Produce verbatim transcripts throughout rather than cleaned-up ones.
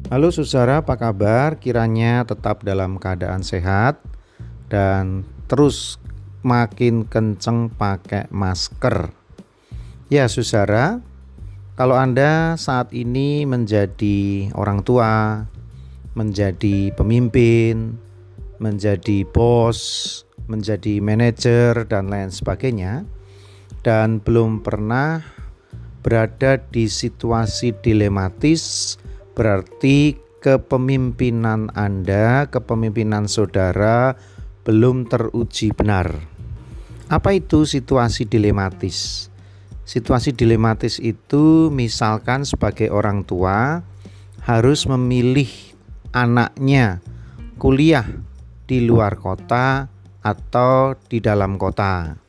Halo saudara, apa kabar? Kiranya tetap dalam keadaan sehat dan terus makin kenceng pakai masker. Ya saudara, kalau Anda saat ini menjadi orang tua, menjadi pemimpin, menjadi bos, menjadi manajer dan lain sebagainya, dan belum pernah berada di situasi dilematis, berarti kepemimpinan Anda, kepemimpinan saudara belum teruji benar. Apa itu situasi dilematis? Situasi dilematis itu misalkan sebagai orang tua harus memilih anaknya kuliah di luar kota atau di dalam kota.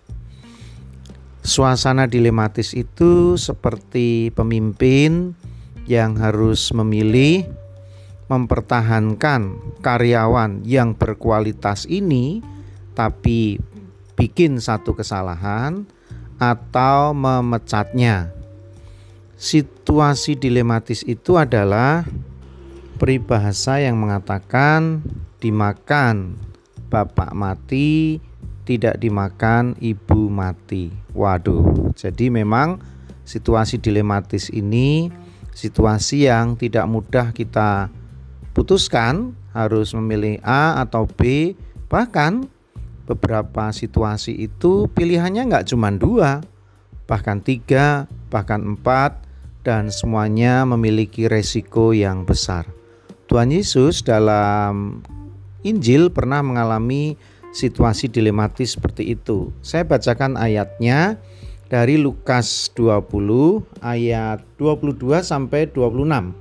Suasana dilematis itu seperti pemimpin yang harus memilih mempertahankan karyawan yang berkualitas ini tapi bikin satu kesalahan atau memecatnya. Situasi dilematis itu adalah peribahasa yang mengatakan dimakan bapak mati, tidak dimakan ibu mati. Waduh, jadi memang situasi dilematis ini situasi yang tidak mudah kita putuskan, harus memilih A atau B. Bahkan beberapa situasi itu pilihannya nggak cuma dua, bahkan tiga, bahkan empat, dan semuanya memiliki resiko yang besar. Tuhan Yesus dalam Injil pernah mengalami situasi dilematis seperti itu. Saya bacakan ayatnya dari Lukas dua puluh ayat dua puluh dua sampai dua puluh enam.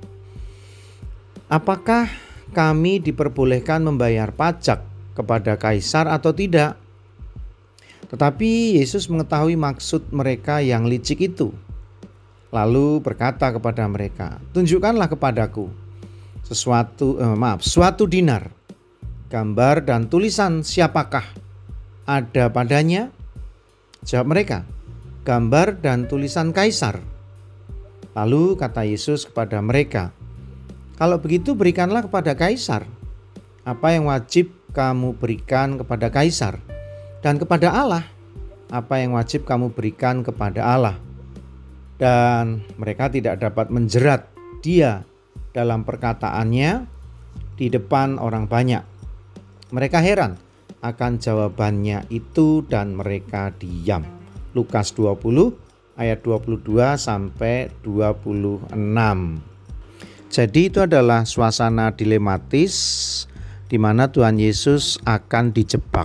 Apakah kami diperbolehkan membayar pajak kepada kaisar atau tidak? Tetapi Yesus mengetahui maksud mereka yang licik itu. Lalu berkata kepada mereka, tunjukkanlah kepadaku sesuatu eh, maaf, suatu dinar, gambar dan tulisan siapakah ada padanya? Jawab mereka, gambar dan tulisan kaisar. Lalu kata Yesus kepada mereka, kalau begitu berikanlah kepada kaisar apa yang wajib kamu berikan kepada kaisar, dan kepada Allah apa yang wajib kamu berikan kepada Allah. Dan mereka tidak dapat menjerat dia dalam perkataannya di depan orang banyak. Mereka heran akan jawabannya itu dan mereka diam. Lukas dua puluh ayat dua puluh dua sampai dua puluh enam. Jadi itu adalah suasana dilematis di mana Tuhan Yesus akan dijebak.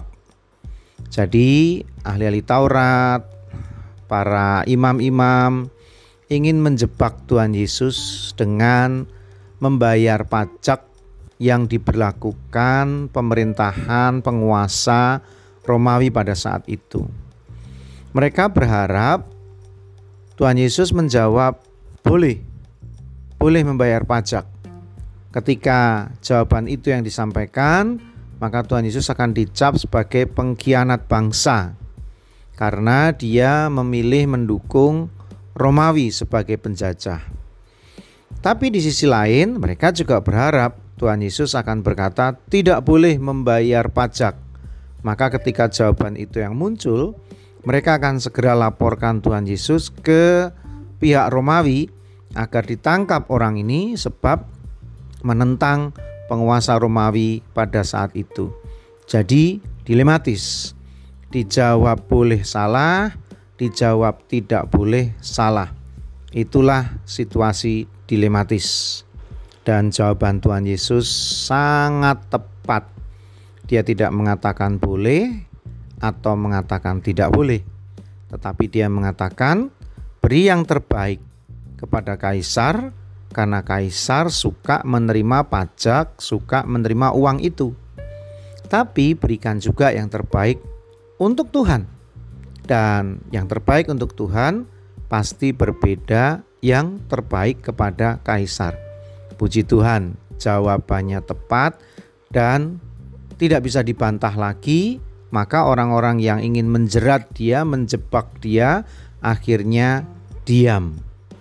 Jadi ahli-ahli Taurat, para imam-imam ingin menjebak Tuhan Yesus dengan membayar pajak yang diberlakukan pemerintahan penguasa Romawi pada saat itu. Mereka berharap Tuhan Yesus menjawab, boleh, boleh membayar pajak. Ketika jawaban itu yang disampaikan, maka Tuhan Yesus akan dicap sebagai pengkhianat bangsa karena dia memilih mendukung Romawi sebagai penjajah. Tapi di sisi lain, mereka juga berharap Tuhan Yesus akan berkata tidak boleh membayar pajak. Maka ketika jawaban itu yang muncul, mereka akan segera laporkan Tuhan Yesus ke pihak Romawi agar ditangkap orang ini sebab menentang penguasa Romawi pada saat itu. Jadi dilematis. Dijawab boleh salah, dijawab tidak boleh salah. Itulah situasi dilematis. Dan jawaban Tuhan Yesus sangat tepat. Dia tidak mengatakan boleh atau mengatakan tidak boleh, tetapi dia mengatakan beri yang terbaik kepada kaisar, karena kaisar suka menerima pajak, suka menerima uang itu. Tapi berikan juga yang terbaik untuk Tuhan. Dan yang terbaik untuk Tuhan pasti berbeda yang terbaik kepada kaisar. Puji Tuhan, jawabannya tepat dan tidak bisa dibantah lagi. Maka orang-orang yang ingin menjerat dia, menjebak dia, akhirnya diam.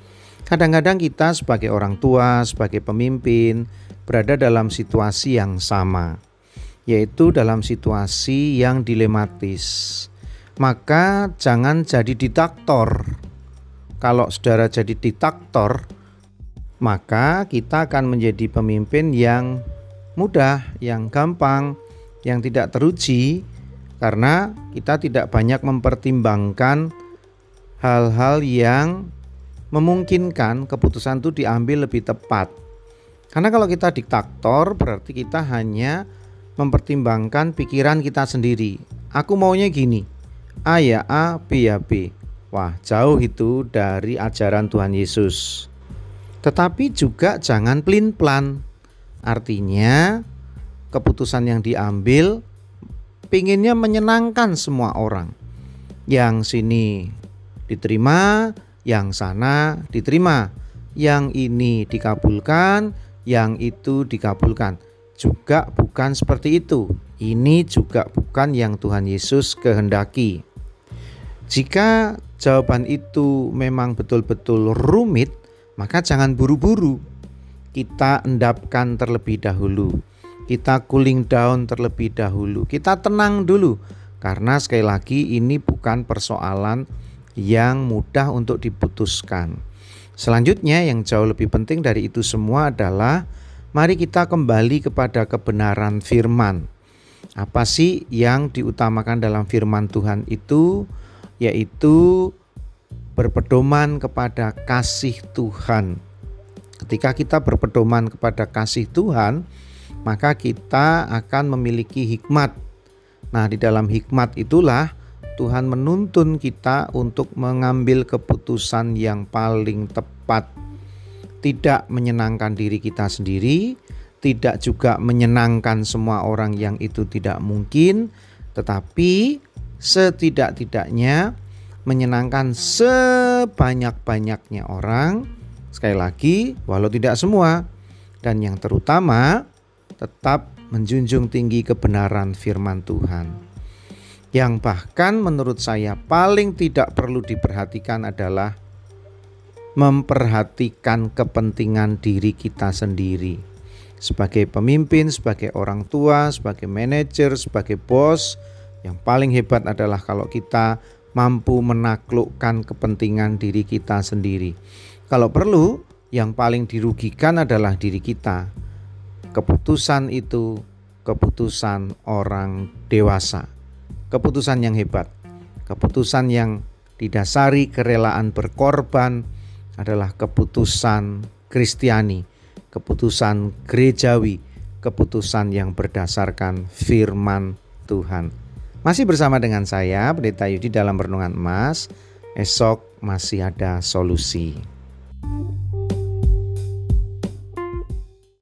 Kadang-kadang kita sebagai orang tua, sebagai pemimpin, berada dalam situasi yang sama, yaitu dalam situasi yang dilematis. Maka jangan jadi diktator. Kalau saudara jadi diktator, maka kita akan menjadi pemimpin yang mudah, yang gampang, yang tidak teruji, karena kita tidak banyak mempertimbangkan hal-hal yang memungkinkan keputusan itu diambil lebih tepat. Karena kalau kita diktator, berarti kita hanya mempertimbangkan pikiran kita sendiri. Aku maunya gini, A ya A, B ya B. Wah, jauh itu dari ajaran Tuhan Yesus. Tetapi juga jangan pelin-pelan. Artinya keputusan yang diambil pinginnya menyenangkan semua orang. Yang sini diterima, yang sana diterima, yang ini dikabulkan, yang itu dikabulkan. Juga bukan seperti itu. Ini juga bukan yang Tuhan Yesus kehendaki. Jika jawaban itu memang betul-betul rumit, maka jangan buru-buru. Kita endapkan terlebih dahulu. Kita cooling down terlebih dahulu. Kita tenang dulu. Karena sekali lagi ini bukan persoalan yang mudah untuk diputuskan. Selanjutnya yang jauh lebih penting dari itu semua adalah mari kita kembali kepada kebenaran firman. Apa sih yang diutamakan dalam firman Tuhan itu? Yaitu berpedoman kepada kasih Tuhan. Ketika kita berpedoman kepada kasih Tuhan, maka kita akan memiliki hikmat. Nah, di dalam hikmat itulah Tuhan menuntun kita untuk mengambil keputusan yang paling tepat. Tidak menyenangkan diri kita sendiri, tidak juga menyenangkan semua orang yang itu tidak mungkin, tetapi setidak-tidaknya menyenangkan sebanyak-banyaknya orang. Sekali lagi, walau tidak semua, dan yang terutama tetap menjunjung tinggi kebenaran firman Tuhan. Yang bahkan menurut saya paling tidak perlu diperhatikan adalah memperhatikan kepentingan diri kita sendiri. Sebagai pemimpin, sebagai orang tua, sebagai manajer, sebagai bos, yang paling hebat adalah kalau kita mampu menaklukkan kepentingan diri kita sendiri. Kalau perlu, yang paling dirugikan adalah diri kita. Keputusan itu keputusan orang dewasa. Keputusan yang hebat, keputusan yang didasari kerelaan berkorban adalah keputusan Kristiani, keputusan gerejawi, keputusan yang berdasarkan firman Tuhan. Masih bersama dengan saya, Pendeta Yudi dalam Renungan Emas. Esok masih ada solusi.